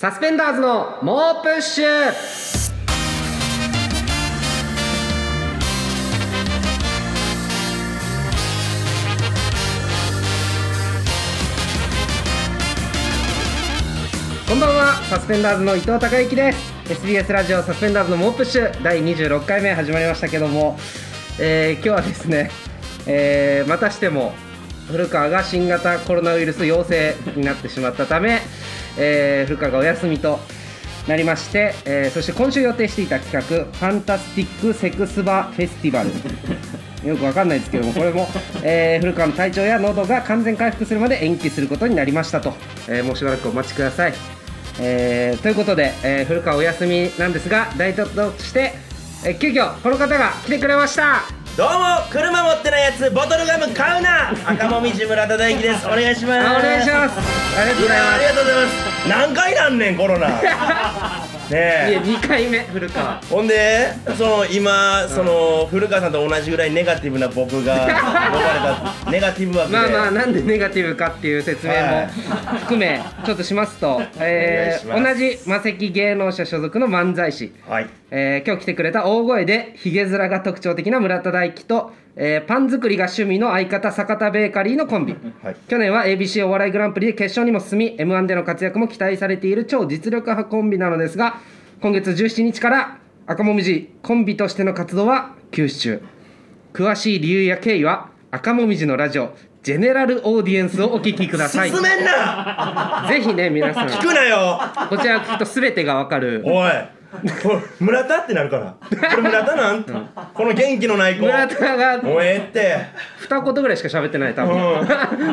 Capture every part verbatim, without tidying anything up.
サスペンダーズの猛プッシュ。こんばんは、サスペンダーズの伊藤孝之です。 エスビーエス ラジオサスペンダーズの猛プッシュだいにじゅうろっかいめ始まりましたけども、えー、今日はですね、えー、またしても古川が新型コロナウイルス陽性になってしまったため、えー、古川がお休みとなりまして、えー、そして今週予定していた企画ファンタスティックセクスバフェスティバルよくわかんないですけども、これも、えー、古川の体調や喉が完全回復するまで延期することになりましたと、えー、もうしばらくお待ちください。えー、ということで、えー、古川お休みなんですが、代表として、えー、急遽この方が来てくれました。 どうも、車持ってないやつボトルガム買うな、赤もみじ村田大樹です。お願いします。 あ、お願いします。ありがとうございます。 ありがとうございます。何回なんねんコロナねえ、 いやにかいめ古川。 ほんでその今、うん、その古川さんと同じぐらいネガティブな僕が呼ばれたネガティブ枠で、 まあまあなんでネガティブかっていう説明も含めちょっとしますと、えー、同じ魔石芸能者所属の漫才師、はい、えー、今日来てくれた大声でヒゲ面が特徴的な村田大樹と、えー、パン作りが趣味の相方坂田ベーカリーのコンビ、はい、去年は エービーシー お笑いグランプリで決勝にも進み エムワン での活躍も期待されている超実力派コンビなのですが、今月じゅうしちにちから赤もみじコンビとしての活動は休止中。詳しい理由や経緯は赤もみじのラジオジェネラルオーディエンスをお聞きください。 進めんなぜひね、皆さん聞くなよ。 こちらを聞くと全てがわかる。 おい村田ってなるからこれ村田なん、うん、この元気のない子村田がもうええって二言ぐらいしか喋ってない多分、うん、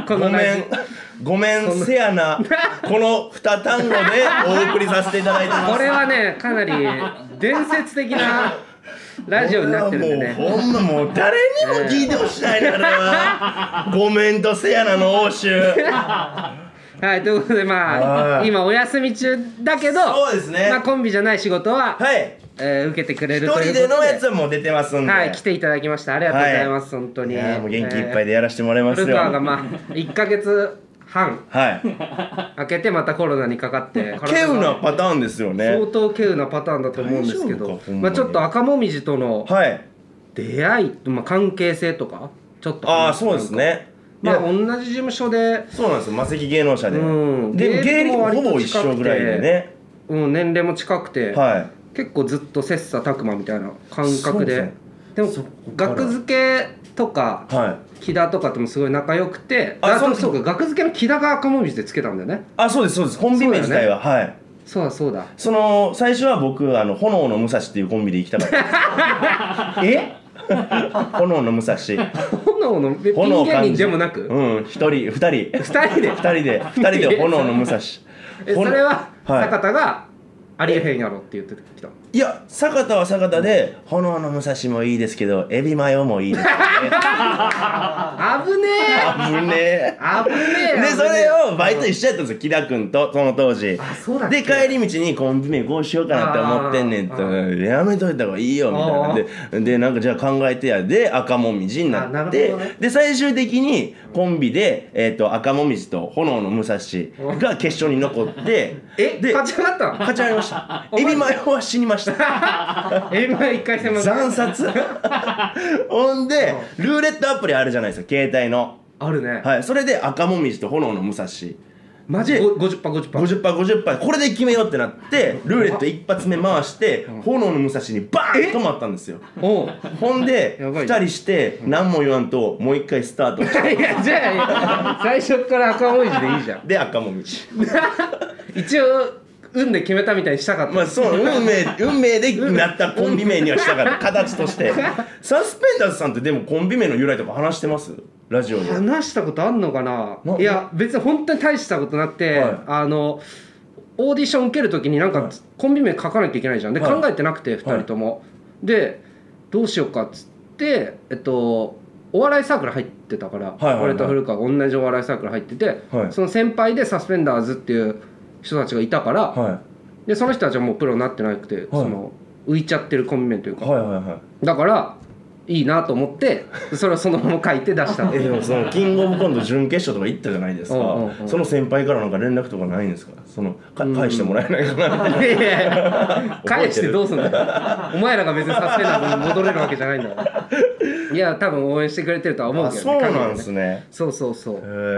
このごめんごめんせやなこの二単語でお送りさせていただいてます。 これはねかなり伝説的なラジオになってるんでね、 もうほんまもう誰にも聞いてほしないな、あれはごめんとせやなの応酬はい、ということでまあ今お休み中だけど、 そうですね、 まあコンビじゃない仕事は、はい、えー、受けてくれるということで、 一人でのやつも出てますんで、 はい、来ていただきました。ありがとうございます、はい、本当に。いやもう元気いっぱいでやらせてもらいますよ。 古川がまあいっかげつはん、はい、明けてまたコロナにかかって稀有なパターンですよね。 相当稀有なパターンだと思うんですけど、まあちょっと赤もみじとの出会い、まあ、関係性とかちょっと、 ああそうですね、 まあ同じ事務所で、 そうなんですよ、魔石芸能者で、うん、で芸歴もほぼ一緒ぐらいでね、 うん、年齢も近くて、はい、結構ずっと切磋琢磨みたいな感覚で、でも学付けとか、はい、木田とかともすごい仲良くて、ああそうそうか、学付けの木田が赤もみじでつけたんだよね。 あ、そうですそうです、コンビ名自体は、ね、はい、 そうだそうだ、 その最初は僕あの炎の武蔵っていうコンビで行きたかったえ炎の武蔵炎のピン芸人でもなく、 うん、一人二人二人で二人で二人で炎の武蔵えそれは坂田がありえへんやろって言ってきた。 いや、坂田は坂田で、うん、炎の武蔵もいいですけどエビマヨもいいですねあぶねえ危ねえ危ねえでそれをバイト一緒やったんですよ、木田君とその当時。 あ、そうだっけ。 で帰り道にコンビ名こうしようかなって思ってんねんと、やめといた方がいいよみたいなで、でなんかじゃあ考えてやで赤もみじになって、ね、で最終的にコンビで、えー、と赤もみじと炎の武蔵が決勝に残ってえで勝ち上がったの。 勝ち上がりましたエビマヨは死にましたエビマヨいっかい戦も惨殺ほんでルーレットアプリあるじゃないですか、携帯の。 あるね。 はい、それで赤もみじと炎の武蔵マジで ごじゅっパーセントごじゅっパーセントごじゅっパーセント ごじゅっパーセント これで決めようってなってルーレット一発目回して炎の武蔵にバーンと止まったんですよ。ほんでふたりして何も言わんともう一回スタートしていやじゃあ最初から赤もみじでいいじゃん。 で赤もみじ一応運で決めたみたいにしたかった。 まあそう運命運命でなったコンビ名にはしたかった形としてサスペンダーズさんってでもコンビ名の由来とか話してます？ラジオで話したことあんのかな。いや別に本当に大したことなくて、はい、あのオーディション受けるときになんかコンビ名書かなきゃいけないじゃん。で、はい、考えてなくてふたりとも、はい、でどうしようかっつってえっとお笑いサークル入ってたから、はいはいはい、俺と古川同じお笑いサークル入ってて、はい、その先輩でサスペンダーズっていう人たちがいたから、はい、でその人たちはもうプロになってなくて、はい、その浮いちゃってるコンビ名というか、はいはいはい、だからいいなと思ってそれをそのまま書いて出したの。 えでもそのキングオブコント準決勝とか行ったじゃないですか、 うんうんうん、 その先輩からなんか連絡とかないんですか？そのか返してもらえないかな。 いやいや返してどうすんだよお前らが別にサスペンダーズに戻れるわけじゃないんだからいや多分応援してくれてるとは思うけどね。あそうなんですね。 そうそうそう。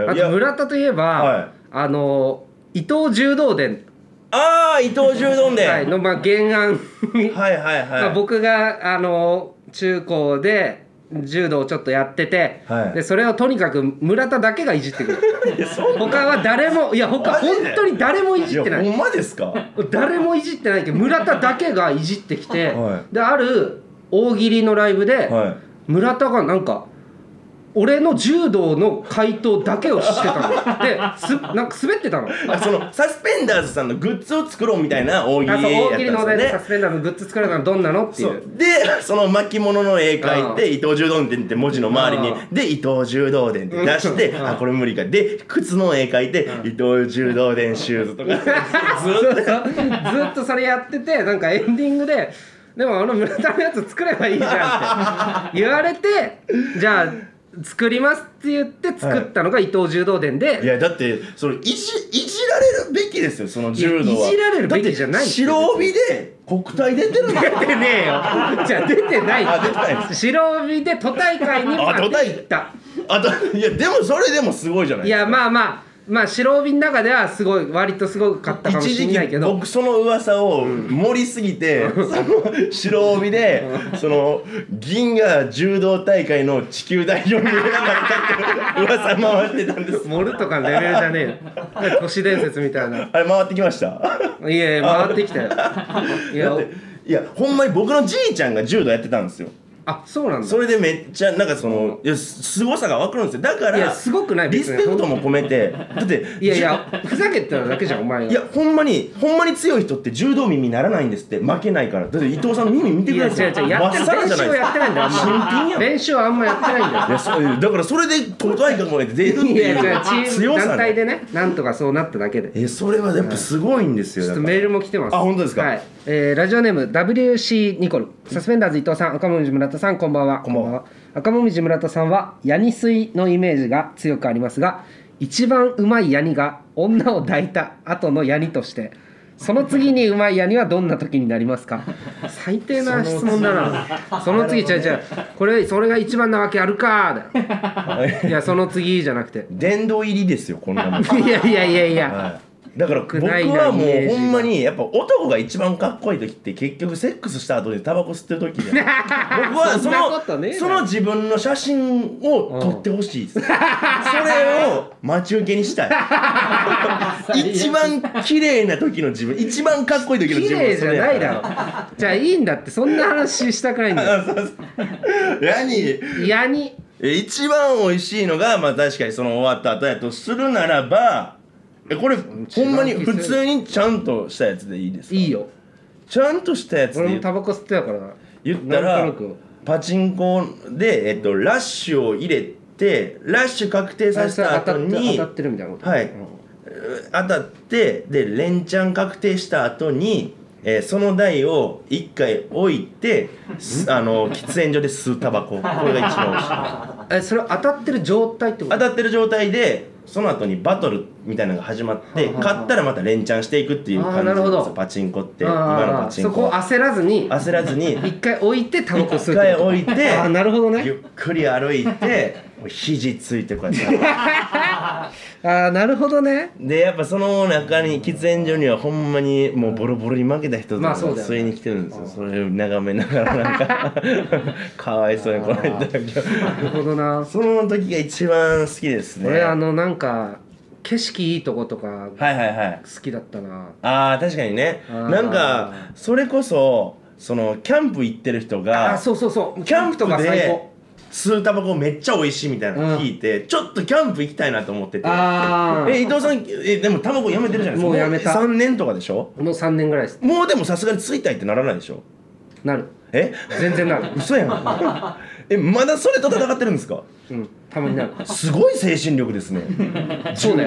あと村田といえば、はい、あの伊藤柔道伝、 ああ伊藤柔道伝、 はい、のまあ原案はいはいはい、 まあ、僕があの中高で柔道をちょっとやってて、はい、でそれをとにかく村田だけがいじってくる他は誰もいや他本当に誰もいじってない。 いやほんまですか？ 誰もいじってないけど村田だけがいじってきて、 はい、 である大喜利のライブで、はい、村田がなんか俺の柔道の回答だけをしてたのですなんか滑ってたの。 あそのサスペンダーズさんのグッズを作ろうみたいな大喜利やったんですよね。 大喜利のお題でサスペンダーズのグッズ作るのはどんなのっていう。 でその巻物の絵描いて伊藤柔道伝って文字の周りにで伊藤柔道伝って出してあこれ無理かで靴の絵描いて伊藤柔道伝シューズとかずっとずっとそれやっててなんかエンディングででもあの村田のやつ作ればいいじゃんって言われてじゃあ作りますって言って作ったのが伊藤柔道伝で、はい、 いやだってそれいじ、いじられるべきですよその柔道は。 いじられるべきじゃない。 白帯で国体出てるの？ 出てねえよじゃあ出てない。あ出てないです。白帯で都大会にまで行った。 あといやでもそれでもすごいじゃないですか。 いやまあまあまあ白帯の中ではすごい割とすごかったかもしれないけど、 僕その噂を盛りすぎて、うん、その白帯でその銀が柔道大会の地球代表にならなかったって噂回ってたんです。 盛るとかのレベルじゃねえよ都市伝説みたいな。 あれ回ってきました？ いやいや回ってきたよ。 いやいやほんまに僕のじいちゃんが柔道やってたんですよ。 あそうなんだ。 それでめっちゃなんかそのいやすごさが分かるんですよ。だからいやすごくないリスペクトも込めてだっていやいやふざけてただけじゃんお前が。 いやほんまにほんまに強い人って柔道耳にならないんですって負けないから。だって伊藤さんの耳見てください。 いや違う違うやってる練習はやってないんだよ。 新品やん。 練習はあんまやってないんだよ。 いやそうだからそれで都大会まで出るっていう強さ、ね、いや違うチーム団体でねなんとかそうなっただけで。 えそれはやっぱすごいんですよ。 ちょっとメールも来てます。 あ本当ですか。 はい、えー、ラジオネーム ダブリューシー ニコルサスペンダーズ伊藤さん赤もみじ村田さんこんばんは。 こんばんは。 赤もみじ村田さんはヤニ水のイメージが強くありますが一番うまいヤニが女を抱いた後のヤニとしてその次にうまいヤニはどんな時になりますか？最低な質問だな。その次ちゃうちゃうこれそれが一番なわけあるかだよ。いやその次じゃなくて殿堂入りですよこんなもん。 いやいやいやいや、はいだから僕はもうほんまにやっぱ男が一番かっこいい時って結局セックスした後にタバコ吸ってる時で僕はそのその自分の写真を撮ってほしいです。それを待ち受けにしたい。一番綺麗な時の自分一番かっこいい時の自分。 綺麗じゃないだろ。じゃあいいんだってそんな話したくないんだよ。 ヤニヤニ一番美味しいのがまあ確かにその終わった後やとするならばえこれほんまに普通にちゃんとしたやつでいいですか？ いいよちゃんとしたやつで俺もタバコ吸ってたからな。 言ったらパチンコで、えっと、ラッシュを入れてラッシュ確定させた後に当たってるみたいなこと。 はい、うん、当たってで連チャン確定した後に、えー、その台を一回置いてあの喫煙所で吸うタバコこれが一番美味しい。 えそれ当たってる状態ってこと？ 当たってる状態でその後にバトルみたいなのが始まって勝ったらまた連チャンしていくっていう感じなんですよパチンコって。今のパチンコそこを焦らずに焦らずに一回置いてタバコ吸う。 一回置いてあなるほどね。 ゆっくり歩いて肘ついてこうやってあなるほどね。 でやっぱその中に喫煙所にはほんまにもうボロボロに負けた人とか吸いに来てるんですよ。それを眺めながらなんかかわいそうにこられたらなるほどな。 その時が一番好きですね。 俺あのなんか景色いいとことかはいはいはい好きだったな。 あー確かにね。なんかそれこそそのキャンプ行ってる人があそうそうそうキャンプで吸うタバコめっちゃ美味しいみたいなの聞いて、うん、ちょっとキャンプ行きたいなと思っててあえ伊藤さんえでもタバコやめてるじゃないですか。 もうやめた。 さんねんとかでしょ。 もうさんねんぐらいです。 もうでもさすがに吸いたいってならないでしょ。 なる。 え全然なる。 嘘やん。えまだそれと戦ってるんですか？ うんたまになる。 すごい精神力ですね。 そうだよ。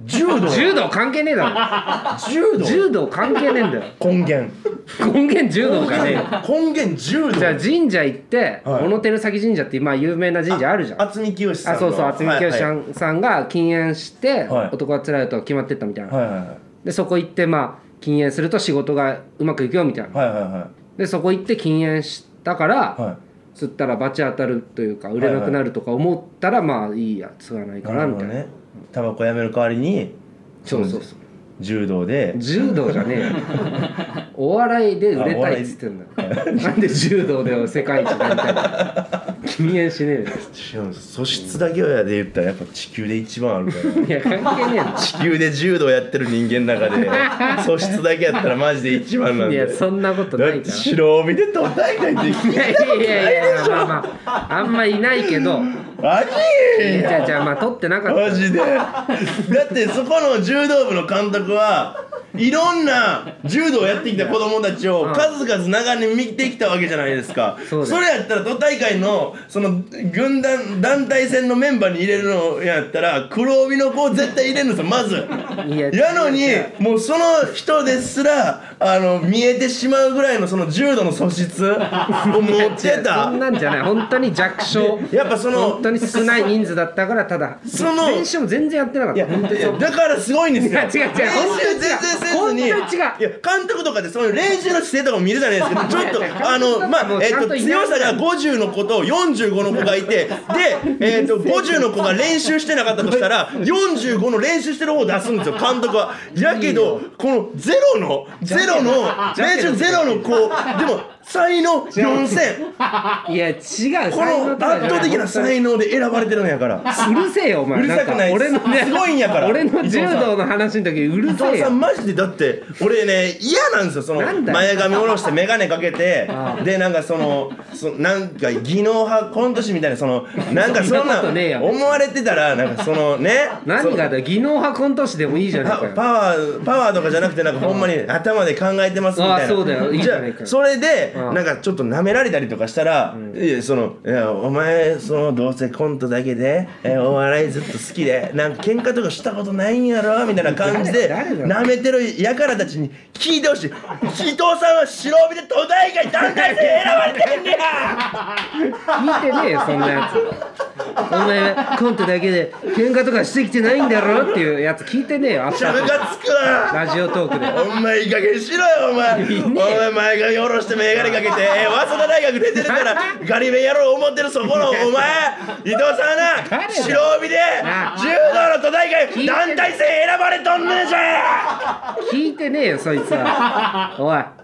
柔道柔道関係ねえだろ柔道柔道関係ねえんだよ根源根源柔道じゃねえよ根源柔道じゃあ神社行って、はい、小野照崎神社ってまあ有名な神社あるじゃん。 渥美清さんのあそうそう渥美清さん、はいはい、さんが禁煙して、はい、男はつらいと決まってったみたいな、はいはいはい、でそこ行ってまあ禁煙すると仕事がうまくいくよみたいな、はいはいはい、でそこ行って禁煙したから、はい、吸ったら罰当たるというか売れなくなるとか思ったら、はいはい、まあいいやつがないかなみたいな、ね、 タバコやめる代わりにそうそうそう柔道で柔道じゃねえよお笑いで売れたいっつってんだよなんで柔道で世界一になりたいの禁煙しねえよ素質だけはで言ったらやっぱ地球で一番あるからいや関係ねえの地球で柔道やってる人間の中で素質だけやったらマジで一番なんでいやそんなことないから白帯で都大会できないいやいやいやまあまああんまいないけどマジじゃあじゃあまあ取ってなかったマジでだってそこの柔道部の監督はいろんな柔道をやってきた子供たちを数々長年見てきたわけじゃないですか。そ, それやったら都大会のその軍団団体戦のメンバーに入れるのやったら黒帯の子を絶対入れるんですよまずい や, やのにもうその人ですらあの見えてしまうぐらいのその柔道の素質を持ってたそんなんじゃない本当に弱小やっぱその本当に少ない人数だったからただその練習も全然やってなかった。いや本当にだからすごいんですよ。 違う違う違う練習全然せずにいや監督とかでその練習の姿勢とかも見るじゃないですかちょっとあのまあえっと強さがごじゅうの子とよんじゅうごの子がいてでえっとごじゅうの子が練習してなかったとしたらよんじゅうごの練習してる方を出すんですよ監督は。やけどこのゼロのゼロの練習ゼロの子でも才能よんせんいや違うこの圧倒的な才能で選ばれてるんやからうるせえよお前うるさくない俺の、ね、 すごいんやから俺の柔道の話の時うるせえよ伊藤さんマジでだって俺ね嫌なんですよその前髪下ろして眼鏡かけてでなんかそのそなんか技能派コント師みたいなそのなんかそんな思われてたらなんかそのね何がだ技能派コント師でもいいじゃないかよパワーパワーとかじゃなくてなんかほんまに頭で考えてますみたいなあそうだよいいじゃないかじゃあそれでなんかちょっと舐められたりとかしたら、うん、いやそのいやお前そのどうせコントだけでえお笑いずっと好きでなんか喧嘩とかしたことないんやろみたいな感じで舐めてるやからたちに聞いてほしい。伊藤さんは白帯で都大会団体戦選ばれてんねや聞いてねえよそんなやつお前コントだけで喧嘩とかしてきてないんだろっていうやつ聞いてねえよ。 めちゃムカつくわラジオトークでお前いい加減しろよお前お前前髪下ろして眼鏡かけてえ早稲田大学出てるからガリ勉やろう思ってるそこのお前伊藤さんな白帯で柔道の都大会団体戦選ばれとんねんじゃ聞いてねえよそいつはおい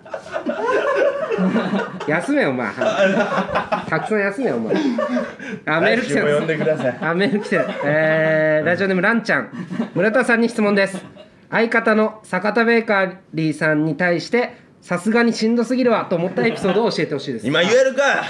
休めよお前たくさん休めよお前あメール来てる呼んでくださいあメール来てるえー、ラジオネームランちゃん村田さんに質問です。相方の坂田ベーカリーさんに対してさすがにしんどすぎるわと思ったエピソードを教えてほしいです。 今言えるか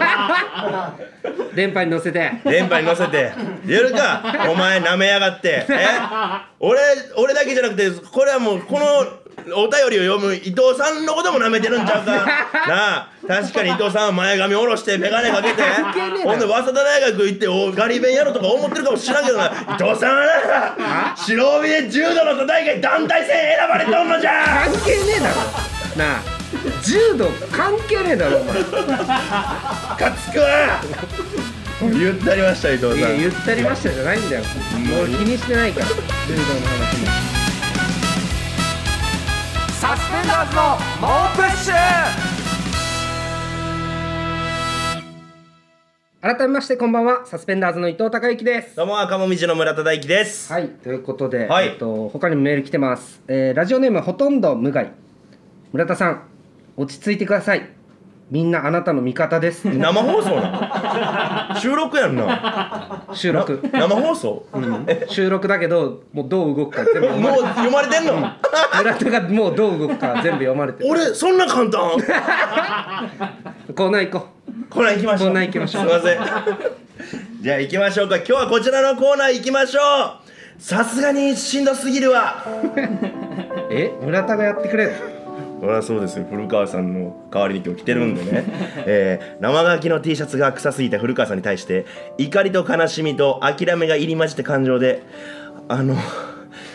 電波に乗せて電波に乗せて言えるかお前なめやがってえ俺俺だけじゃなくてこれはもうこのお便りを読む伊藤さんのこともなめてるんちゃうかなあ。確かに伊藤さんは前髪下ろして眼鏡かけてほんで早稲田大学行っておガリ勉やろとか思ってるかもしらんけどな伊藤さんはな白帯で柔道の都大会団体戦選ばれとんのじゃ関係ねえだろなあ柔道関係ねえだろお前かつくわ言ったりました伊藤さん。いや言ったりましたじゃないんだよもう気にしてないから柔道の話も。サスペンダーズの猛プッシュ。改めましてこんばんはサスペンダーズの伊藤孝之です。 どうも赤もみじの村田大樹です。 はいということで、 はいえっと、他にもメール来てます、えー、ラジオネームほとんど無害。村田さん落ち着いてくださいみんなあなたの味方です生放送な収録やんな収録生放送、 うん、収録だけどもうどう動くか全部もう読まれてんの、うん、 村田がもうどう動くか全部読まれてる。 俺そんな簡単コーナー行こうコーナー行きましょうコーナー行きましょうすいませんじゃあ行きましょうか。今日はこちらのコーナー行きましょう。さすがにしんどすぎるわえ村田がやってくれる。 そりゃそうですよ。古川さんの代わりに今日来てるんでね、えー、生乾きの T シャツが臭すぎた古川さんに対して怒りと悲しみと諦めが入り混じった感情であの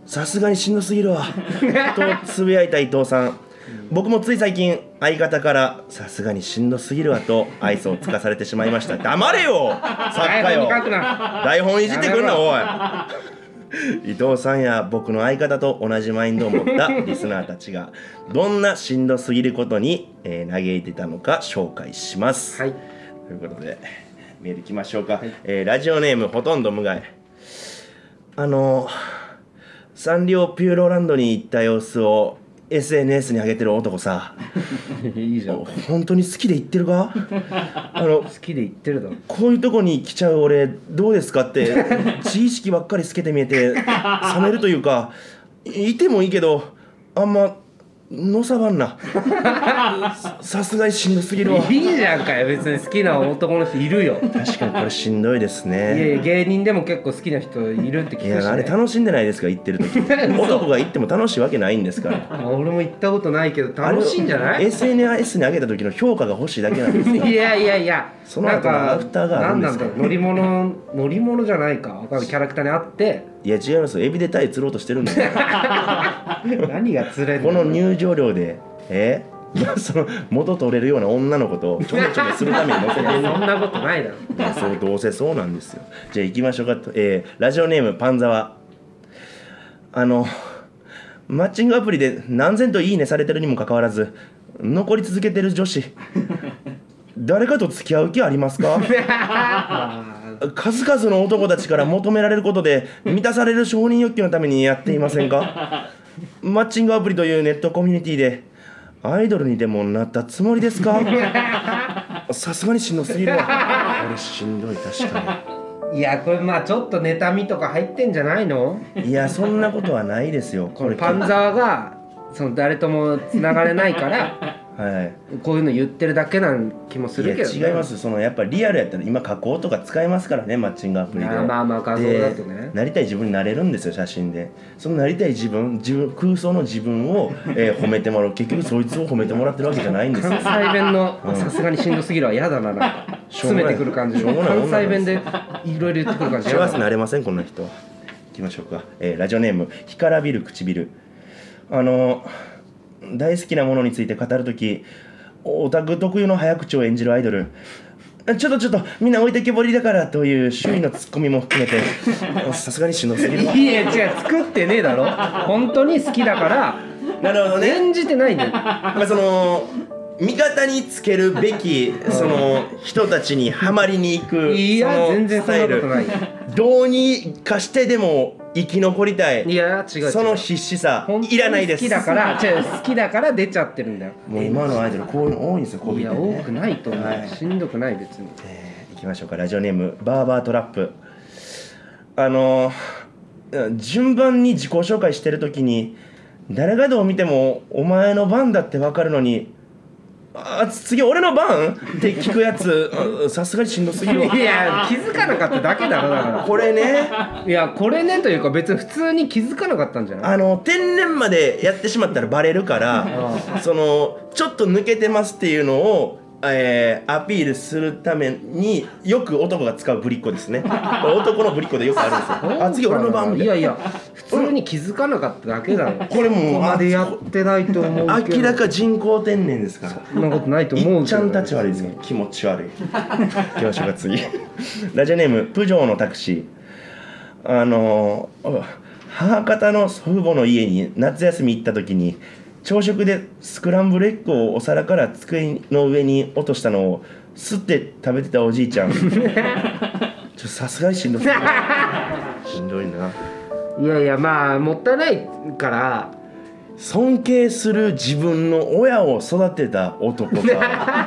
さすがにしんどすぎるわとつぶやいた伊藤さん、僕もつい最近相方からさすがにしんどすぎるわと愛想をつかされてしまいました。黙れよ作家よ、台本いじってくんなおい伊藤さんや僕の相方と同じマインドを持ったリスナーたちがどんなしんどすぎることに、えー、嘆いてたのか紹介します、はい、ということでメールいきましょうか、はい、えー、ラジオネームほとんど無害。あのサンリオピューロランドに行った様子を エスエヌエス に上げてる男さいいじゃん、 本当に好きで言ってるかあの好きで言ってるだろ。 こういうとこに来ちゃう俺どうですかって自意識ばっかり透けて見えて冷めるというか、いてもいいけどあんまのさばんなさすがにしんどすぎるわ。 いいじゃんかよ、別に好きな男の人いるよ。 確かにこれしんどいですね。 いやいや、芸人でも結構好きな人いるって聞くし、ね、いやあれ楽しんでないですか言ってる時男が言っても楽しいわけないんですから俺も行ったことないけど楽しいんじゃない？ エスエヌエス に上げた時の評価が欲しいだけなんですよいやいやいや、 その後のアフターがあるんですか？ なんなんだ乗り物乗り物じゃないか分かるキャラクターにあって。 いや違いますよ、エビでタイ釣ろうとしてるんですよ何が釣れるの？ この入場料でえその元取れるような女の子とちょめちょめするために乗せてるそんなことないだろ。 いやそうどうせそうなんですよ。じゃあ行きましょうかと、えー、ラジオネームパンザワ。あのマッチングアプリで何千といいねされてるにもかかわらず残り続けてる女子誰かと付き合う気ありますか？数々の男たちから求められることで満たされる承認欲求のためにやっていませんか？マッチングアプリというネットコミュニティでアイドルにでもなったつもりですか？さすがにしんどすぎるわ。これしんどい、確かに。いやこれまあちょっと妬みとか入ってんじゃないの？ いやそんなことはないですよ。 これパンザーがその誰ともつながれないからはい、こういうの言ってるだけな気もするけど、ね、 いや違います。そのやっぱりリアルやったら今加工とか使えますからね、マッチングアプリで。 まあまあ画像だとね、 なりたい自分になれるんですよ、写真で。そのなりたい自分、自分空想の自分を、えー、褒めてもらう。結局そいつを褒めてもらってるわけじゃないんですよ。 関西弁のさすがにしんどすぎるは嫌だな、なんか詰めてくる感じ。関西弁でいろいろ言ってくる感じ。 幸せなれませんこんな人。いきましょうか、えー、ラジオネーム干からびる唇。あの大好きなものについて語るときオタク特有の早口を演じるアイドル、ちょっとちょっとみんな置いてけぼりだからという周囲のツッコミも含めてさすがにしんどすぎるわ。 いや違う、作ってねえだろ、本当に好きだからなるほどね、 演じてないんだよ。 まあその味方につけるべきその人たちにはまりに行く、 いや全然そんなことない。 どうにかしてでも生き残りたい。 いや違う違う、 その必死さいらないです。 好きだから違う好きだから出ちゃってるんだよ。 もう今のアイドルこういうの多いんですよ、こういうの、ね、 いや多くないと思う、はい、しんどくない別に、 えー、いきましょうか。ラジオネームバーバートラップ。あのー、順番に自己紹介してるときに誰がどう見てもお前の番だって分かるのに、あ次俺の番って聞くやつさすがにしんどすぎるわ。 いや気づかなかっただけだろ。だからこれね、 いやこれねというか別に普通に気づかなかったんじゃない？ あの天然までやってしまったらバレるからそのちょっと抜けてますっていうのを、えー、アピールするためによく男が使うぶりっ子ですね。男のぶりっ子でよくあるんですよ。あ次俺の番みたいな。 いやいや普通に気づかなかっただけだろ。 これもうここまでやってないと思うけど、 明らか人工天然ですから。 そんなことないと思うけど、 いっちゃん立ち悪いですよ、気持ち悪い。行きましょうか次。ラジオネームプジョーのタクシー。あの母方の祖父母の家に夏休み行った時に朝食でスクランブルエッグをお皿から机の上に落としたのをすって食べてたおじいちゃん。ちょさすがにしんどすぎる。しんどいな。 いやいやまあもったいないから。 尊敬する自分の親を育てた男が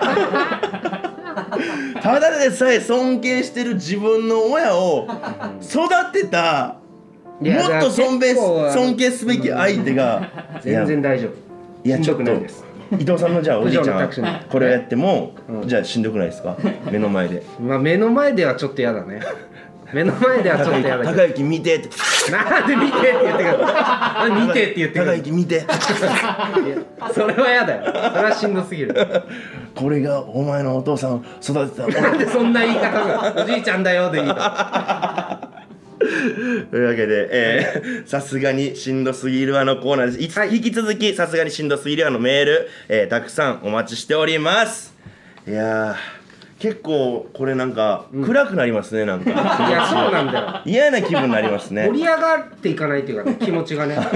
ただでさえ尊敬してる自分の親を育てたもっと尊敬尊敬すべき相手が全然大丈夫。 いやちょっと伊藤さんのじゃあおじいちゃんこれをやっても、うん、じゃあしんどくないですか？目の前で。 まあ目の前ではちょっと嫌だね。目の前ではちょっと嫌だけど。 高之見てって。 なんで見てって言ってくる。見てって言ってくる。 高之見て。 それは嫌だよ。それはしんどすぎる。 これがお前のお父さんを育てた。 なんでそんな言い方がおじいちゃんだよでいいの。 というわけで、えー、さすがにしんどすぎるわのコーナーです。いつ、はい、引き続きさすがにしんどすぎるわのメール、えー、たくさんお待ちしております。いやー結構これなんか暗くなりますね、うん、なんかいやそうなんだよ、 嫌な気分になりますね。 盛り上がっていかないというかね、気持ちがね、うん、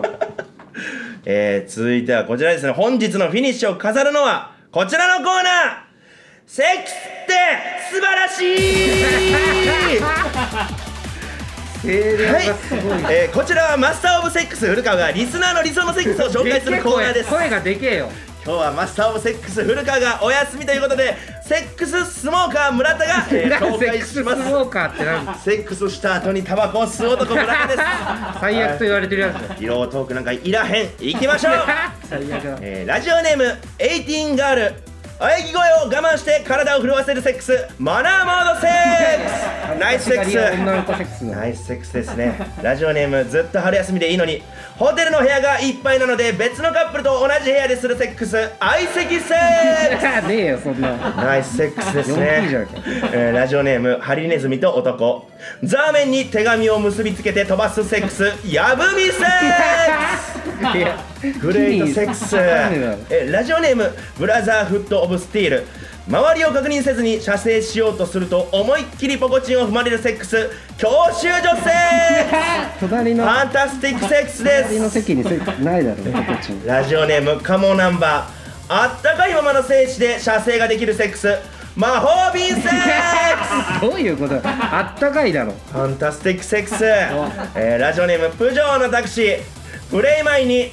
えー、続いてはこちらですね。本日のフィニッシュを飾るのはこちらのコーナー、セックスって素晴らしい声量がすごい、 はい、えー、こちらはマスターオブセックス古川がリスナーの理想のセックスを紹介するコーナーです。 声がでけえよ。 今日はマスターオブセックス古川がお休みということで、セックススモーカー村田が、えー、紹介します。 セックススモーカーって何？ セックスした後にタバコを吸う男村田です。 最悪と言われてるやつだ。 色トークなんかいらへん。行きましょう。 最悪だ。 えー、ラジオネームエイティーンガール、喘ぎ声を我慢して体を震わせるセックス、マナーモードセックスナイスセックス、 女の子セックスナイスセックスですね。ラジオネームずっと春休みでいいのにホテルの部屋がいっぱいなので別のカップルと同じ部屋でするセックス、相席セックスねえよそんな。 ナイスセックスですね。えー、ラジオネームハリネズミと男、ザーメンに手紙を結びつけて飛ばすセックス、やぶみセックスグレートセックス。えー、ラジオネームブラザーフットオブスティール、周りを確認せずに射精しようとすると思いっきりポコチンを踏まれるセックス、教習所セックス隣のファンタスティックセックスです。 隣の席にないだろポコチン。 ラジオネームカモナンバー、あったかいままの精子で射精ができるセックス、魔法瓶セックスどういうこと？あったかいだろ。 ファンタスティックセックス。えー、ラジオネームプジョーのタクシー、プレイ前に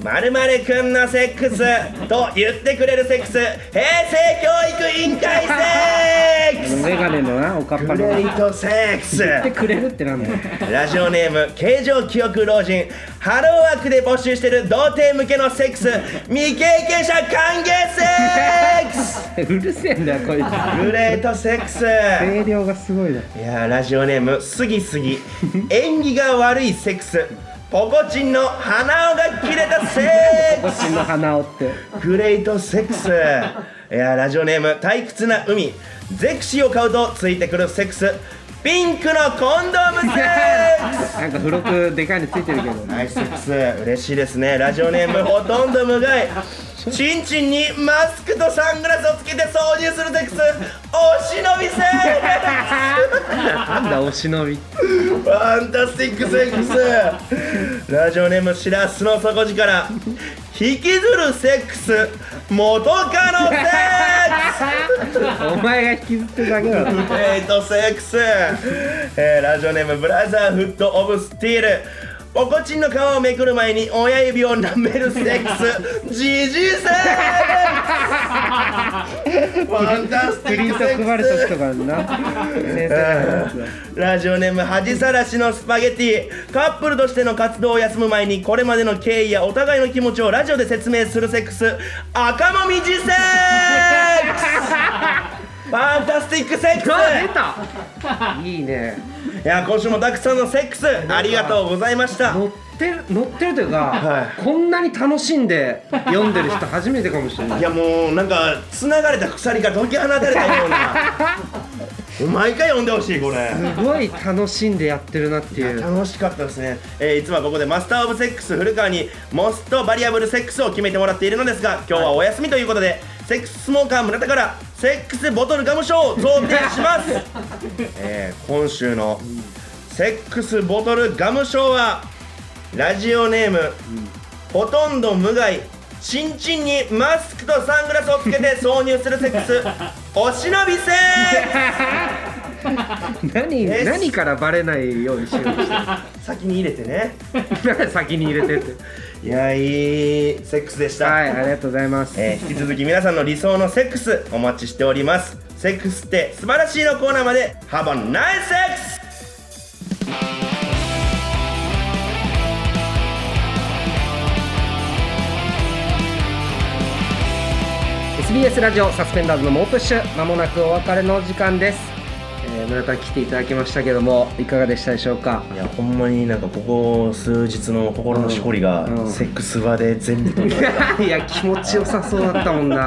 〇〇くんのセックスと言ってくれるセックス、平成教育委員会セックスメガネのなおかっぱのグレートセックス言ってくれるってなんだよ。 ラジオネーム形状記憶老人、ハローワークで募集してる童貞向けのセックス、未経験者歓迎セックスうるせえんだよこいつ。 グレートセックス、 声量がすごいな。 いやー、ラジオネームすぎすぎ縁起が悪いセックス、ポコチンの鼻緒が切れたセックスポコチンの鼻緒ってグレートセックス。いやー、ラジオネーム退屈な海、ゼクシーを買うとついてくるセックス、ピンクのコンドームセックスなんか付録でかいのついてるけど、 ナイスセックス、嬉しいですね。ラジオネームほとんど無害、チンチンにマスクとサングラスをつけて挿入するセックス、お忍びセックスなんだお忍びファンタスティックセックス。ラジオネームしらすの底力、引きずるセックス、元カノセックスお前が引きずってるだけだろ。 グレートセックス。えー、ラジオネームブラザーフットオブスティール、ポコチンの皮をめくる前に親指を舐めるセックス、ジジセックスファンタスティックセックス。プリント配る時とかな先生ラジオネーム恥さらしのスパゲティ、カップルとしての活動を休む前にこれまでの経緯やお互いの気持ちをラジオで説明するセックス、赤もみじセックスファンタスティックセックス。 出たいいね。 いや、今週もたくさんのセックスありがとうございました。 乗ってる乗ってるというか、 はい、 こんなに楽しんで読んでる人初めてかもしれない。 いやもうなんか繋がれた鎖が解き放たれたような毎回読んでほしいこれ。 すごい楽しんでやってるなっていう。 いや楽しかったですね。えー、いつもはここでマスターオブセックス古川にモストバリアブルセックスを決めてもらっているのですが、今日はお休みということで、はい、セックススモーカー村田からセックスボトルガムショーを贈呈します、えー、今週のセックスボトルガムショーはラジオネーム、うん、ほとんど無害、チンチンにマスクとサングラスをつけて挿入するセックスお忍びセックス何, 何からバレないようにしようとして先に入れてね先に入れてっていや、いいセックスでした。 はい、ありがとうございます、 えー、引き続き皆さんの理想のセックスお待ちしております。セックスって素晴らしいのコーナーまで Have a nice sex。 エスビーエス ラジオサスペンダーズの猛プッシュ、まもなくお別れの時間です。えー、村田来ていただきましたけどもいかがでしたでしょうか。 いやほんまになんかここ数日の心のしこりがセックス場で全部取れた、 うん、いや気持ちよさそうだったもんな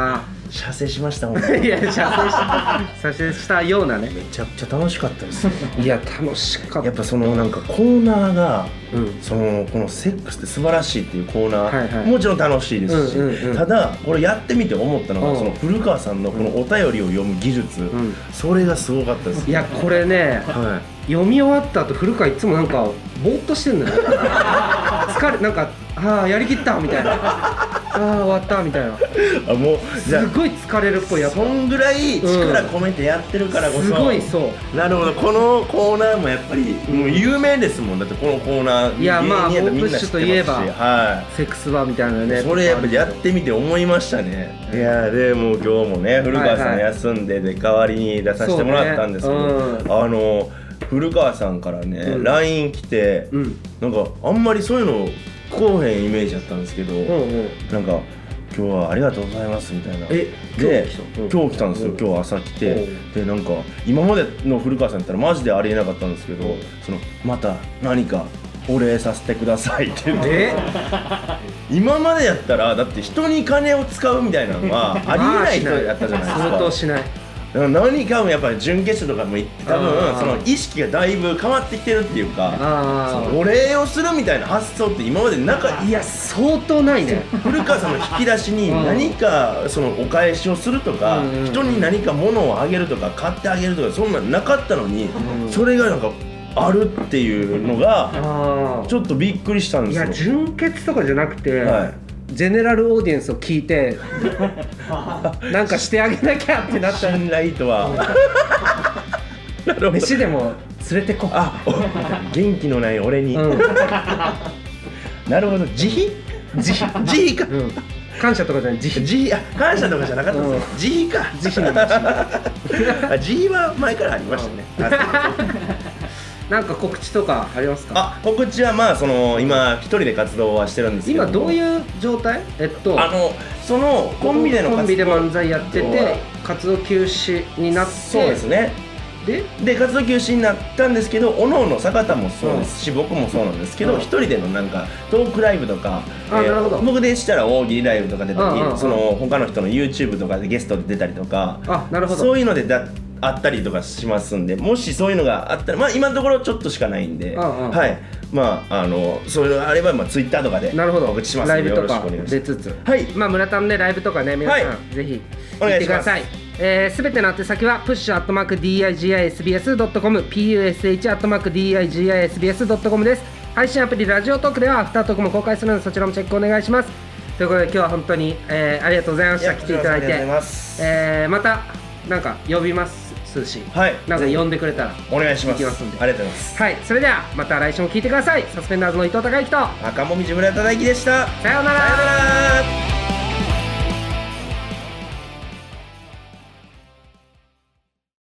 射精しましたもんいや射精した射精したようなね。 めちゃくちゃ楽しかったですねいや楽しかった。 やっぱそのなんかコーナーが、 うん、 そのこのセックスって素晴らしいっていうコーナー、 はいはい、 もちろん楽しいですし、 うんうんうん、 ただこれやってみて思ったのが、 うん、 その古川さんのこのお便りを読む技術、うん、それがすごかったです、ね、 いやこれね、はい、読み終わった後古川いつもなんかぼーっとしてんのよ疲れなんかああやりきったみたいなああ終わったみたいなあもうすごい疲れるっぽい。やっぱそんぐらい力込めてやってるからこそ、うん、 すごいそうなるほど。このコーナーもやっぱりもう有名ですもん。だってこのコーナーいやまあモープッシュといえば、はい、セックスバーみたいなね。 それやっぱりやってみて思いましたね。いやでもう今日もね古川さん休んでで代わりに出させてもらったんですけど、ねうん、あの古川さんからね、うん、ライン 来て、うん、なんかあんまりそういうのこうへんイメージだったんですけど、うんうん、なんか今日はありがとうございますみたいな。えで今日来たんですよ。今日朝来て、でなんか今までの古川さんやったらマジでありえなかったんですけど、そのまた何かお礼させてくださいって言って今までやったらだって人に金を使うみたいなのはありえない人やったじゃないですか。 相当しない。 何かもやっぱり準決勝とかも行って多分その意識がだいぶ変わってきてるっていうか、そのお礼をするみたいな発想って今までなかいや相当ないね。 古川さんの引き出しに何かそのお返しをするとか、人に何か物をあげるとか買ってあげるとかそんなんなかったのに、それがなんかあるっていうのがちょっとびっくりしたんですよ。 いや準決とかじゃなくて、はいジェネラルオーディエンスを聞いてなんかしてあげなきゃってなったら信頼とは飯でも連れてこあ元気のない俺に、うん、なるほど慈悲慈悲慈悲か、うん、 感謝とかじゃない慈悲慈悲あ感謝とかじゃなかったんですよ、うん、慈悲か慈悲の慈悲は前からありましたね、 うんなんか告知とかありますか？ あ告知はまあその今一人で活動はしてるんですけど今どういう状態？えっとあのそのコンビでのコンビで漫才やってて活動休止になってそうですねでで活動休止になったんですけどおのおの坂田もそうですし、うん、僕もそうなんですけど一、うん、人でのなんかトークライブとか、 えー、 僕でしたら大喜利ライブとか出たり、うんうん、その他の人の YouTube とかでゲストで出たりとかあなるほどそういうのでだあったりとかしますんでもしそういうのがあったらまあ今のところちょっとしかないんで、うんうん、はいまああのそういうのあればまあツイッターとかで告知しますのでライブとか出つつはいまあ村田のねライブとかね皆さん、はい、ぜひ行ってください。えー、すべての宛先は プッシュ アットマーク ディーアイジーアイエスビーエス ドットコム ピーユーエスエイチ アットマーク ディーアイジーアイエスビーエス ドットコム です。配信アプリラジオトークではアフタートークも公開するのでそちらもチェックお願いします。ということで今日は本当に、えー、ありがとうございました来ていただいてえー、またなんか呼びます寿司はいなんか呼んでくれたらお願いします。 行きますんでありがとうございます。 はいそれではまた来週も聞いてください。サスペンダーズの伊藤孝之と赤もみじ村田大樹でした。 さようなら。 さようなら。